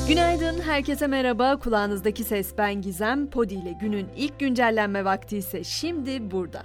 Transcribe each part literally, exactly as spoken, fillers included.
Günaydın, herkese merhaba. Kulağınızdaki ses ben Gizem. Podi ile günün ilk güncellenme vakti ise şimdi burada.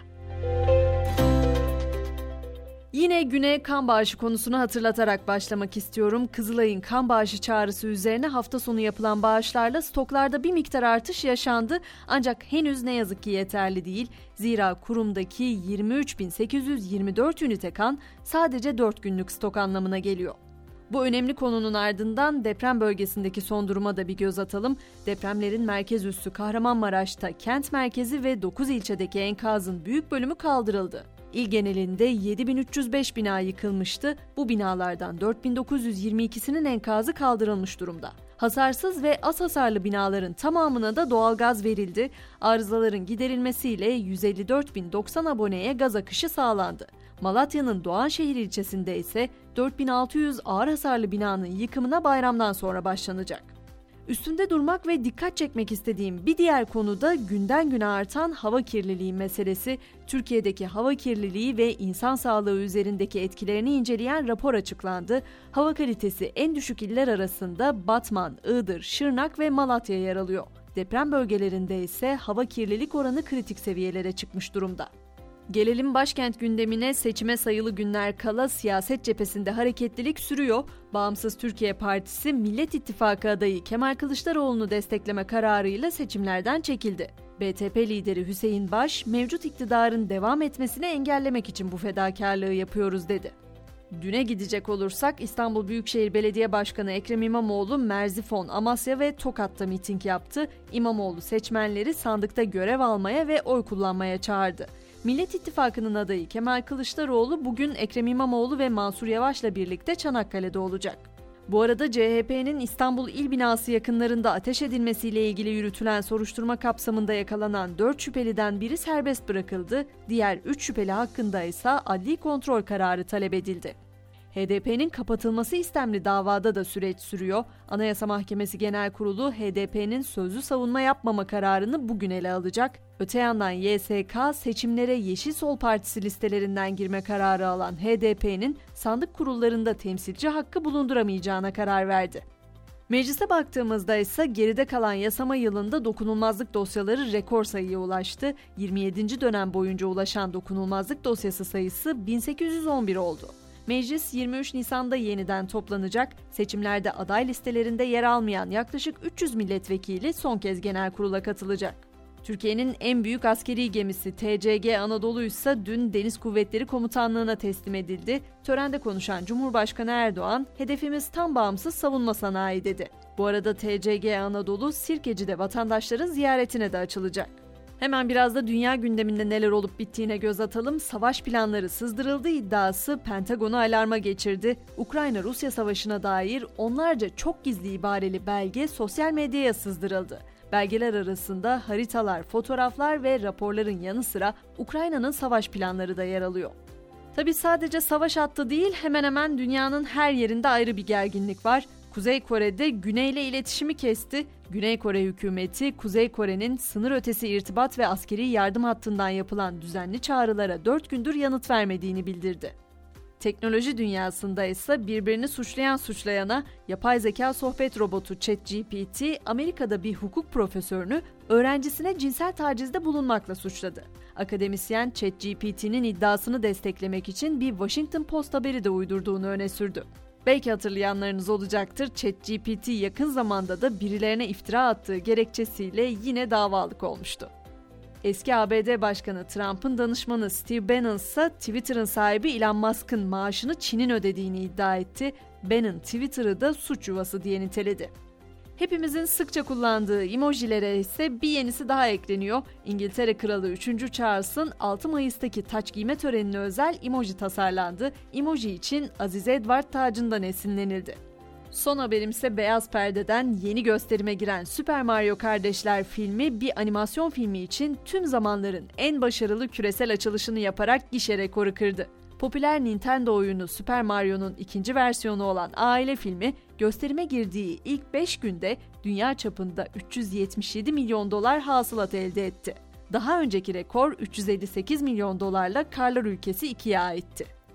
Yine güne kan bağışı konusunu hatırlatarak başlamak istiyorum. Kızılay'ın kan bağışı çağrısı üzerine hafta sonu yapılan bağışlarla stoklarda bir miktar artış yaşandı. Ancak henüz ne yazık ki yeterli değil. Zira kurumdaki yirmi üç bin sekiz yüz yirmi dört ünite kan sadece dört günlük stok anlamına geliyor. Bu önemli konunun ardından deprem bölgesindeki son duruma da bir göz atalım. Depremlerin merkez üssü Kahramanmaraş'ta kent merkezi ve dokuz ilçedeki enkazın büyük bölümü kaldırıldı. İl genelinde yedi bin üç yüz beş bina yıkılmıştı. Bu binalardan dört bin dokuz yüz yirmi ikisinin enkazı kaldırılmış durumda. Hasarsız ve az hasarlı binaların tamamına da doğalgaz verildi. Arızaların giderilmesiyle yüz elli dört bin doksan aboneye gaz akışı sağlandı. Malatya'nın Doğanşehir ilçesinde ise dört bin altı yüz ağır hasarlı binanın yıkımına bayramdan sonra başlanacak. Üstünde durmak ve dikkat çekmek istediğim bir diğer konu da günden güne artan hava kirliliği meselesi. Türkiye'deki hava kirliliği ve insan sağlığı üzerindeki etkilerini inceleyen rapor açıklandı. Hava kalitesi en düşük iller arasında Batman, Iğdır, Şırnak ve Malatya yer alıyor. Deprem bölgelerinde ise hava kirlilik oranı kritik seviyelere çıkmış durumda. Gelelim başkent gündemine. Seçime sayılı günler kala siyaset cephesinde hareketlilik sürüyor. Bağımsız Türkiye Partisi Millet İttifakı adayı Kemal Kılıçdaroğlu'nu destekleme kararıyla seçimlerden çekildi. B T P lideri Hüseyin Baş, mevcut iktidarın devam etmesini engellemek için bu fedakarlığı yapıyoruz dedi. Düne gidecek olursak İstanbul Büyükşehir Belediye Başkanı Ekrem İmamoğlu, Merzifon, Amasya ve Tokat'ta miting yaptı. İmamoğlu seçmenleri sandıkta görev almaya ve oy kullanmaya çağırdı. Millet İttifakı'nın adayı Kemal Kılıçdaroğlu bugün Ekrem İmamoğlu ve Mansur Yavaş'la birlikte Çanakkale'de olacak. Bu arada C H P'nin İstanbul İl Binası yakınlarında ateş edilmesiyle ilgili yürütülen soruşturma kapsamında yakalanan dört şüpheliden biri serbest bırakıldı, diğer üç şüpheli hakkında ise adli kontrol kararı talep edildi. H D P'nin kapatılması istemli davada da süreç sürüyor. Anayasa Mahkemesi Genel Kurulu H D P'nin sözlü savunma yapmama kararını bugün ele alacak. Öte yandan Y S K seçimlere Yeşil Sol Partisi listelerinden girme kararı alan H D P'nin sandık kurullarında temsilci hakkı bulunduramayacağına karar verdi. Meclise baktığımızda ise geride kalan yasama yılında dokunulmazlık dosyaları rekor sayıya ulaştı. yirmi yedinci dönem boyunca ulaşan dokunulmazlık dosyası sayısı bin sekiz yüz on bir oldu. Meclis yirmi üç Nisan'da yeniden toplanacak. Seçimlerde aday listelerinde yer almayan yaklaşık üç yüz milletvekili son kez genel kurula katılacak. Türkiye'nin en büyük askeri gemisi T C G Anadolu ise dün Deniz Kuvvetleri Komutanlığı'na teslim edildi. Törende konuşan Cumhurbaşkanı Erdoğan, hedefimiz tam bağımsız savunma sanayi dedi. Bu arada T C G Anadolu Sirkeci'de vatandaşların ziyaretine de açılacak. Hemen biraz da dünya gündeminde neler olup bittiğine göz atalım. Savaş planları sızdırıldığı iddiası Pentagon'u alarma geçirdi. Ukrayna-Rusya savaşına dair onlarca çok gizli ibareli belge sosyal medyaya sızdırıldı. Belgeler arasında haritalar, fotoğraflar ve raporların yanı sıra Ukrayna'nın savaş planları da yer alıyor. Tabii sadece savaş hattı değil, hemen hemen dünyanın her yerinde ayrı bir gerginlik var. Kuzey Kore'de Güney ile iletişimi kesti. Güney Kore hükümeti, Kuzey Kore'nin sınır ötesi irtibat ve askeri yardım hattından yapılan düzenli çağrılara dört gündür yanıt vermediğini bildirdi. Teknoloji dünyasında ise birbirini suçlayan suçlayana yapay zeka sohbet robotu ChatGPT, Amerika'da bir hukuk profesörünü öğrencisine cinsel tacizde bulunmakla suçladı. Akademisyen ChatGPT'nin iddiasını desteklemek için bir Washington Post haberi de uydurduğunu öne sürdü. Belki hatırlayanlarınız olacaktır, ChatGPT yakın zamanda da birilerine iftira attığı gerekçesiyle yine davalık olmuştu. Eski A B D Başkanı Trump'ın danışmanı Steve Bannon ise Twitter'ın sahibi Elon Musk'ın maaşını Çin'in ödediğini iddia etti. Bannon Twitter'ı da suç yuvası diye niteledi. Hepimizin sıkça kullandığı emojilere ise bir yenisi daha ekleniyor. İngiltere Kralı üçüncü Charles'ın altı Mayıs'taki taç giyme törenine özel emoji tasarlandı. Emoji için Aziz Edward tacından esinlenildi. Son haberimse beyaz perdeden yeni gösterime giren Super Mario Kardeşler filmi bir animasyon filmi için tüm zamanların en başarılı küresel açılışını yaparak gişe rekoru kırdı. Popüler Nintendo oyunu Super Mario'nun ikinci versiyonu olan aile filmi gösterime girdiği ilk beş günde dünya çapında üç yüz yetmiş yedi milyon dolar hasılat elde etti. Daha önceki rekor üç yüz elli sekiz milyon dolarla Karlar Ülkesi ikiye aitti.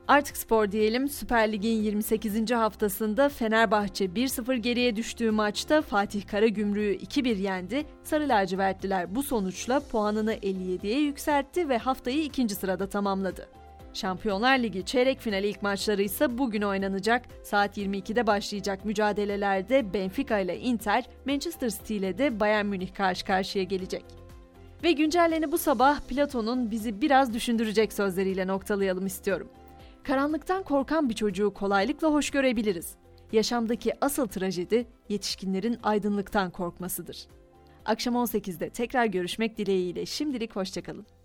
Artık spor diyelim. Süper Lig'in yirmi sekizinci haftasında Fenerbahçe bir sıfır geriye düştüğü maçta Fatih Karagümrük'ü iki bir yendi. Sarı lacivertliler bu sonuçla puanını elli yediye yükseltti ve haftayı ikinci sırada tamamladı. Şampiyonlar Ligi çeyrek finali ilk maçları ise bugün oynanacak. Saat yirmi ikide başlayacak mücadelelerde Benfica ile Inter, Manchester City ile de Bayern Münih karşı karşıya gelecek. Ve güncelleni bu sabah Platon'un bizi biraz düşündürecek sözleriyle noktalayalım istiyorum. Karanlıktan korkan bir çocuğu kolaylıkla hoş görebiliriz. Yaşamdaki asıl trajedi yetişkinlerin aydınlıktan korkmasıdır. Akşam on sekizde tekrar görüşmek dileğiyle şimdilik hoşça kalın.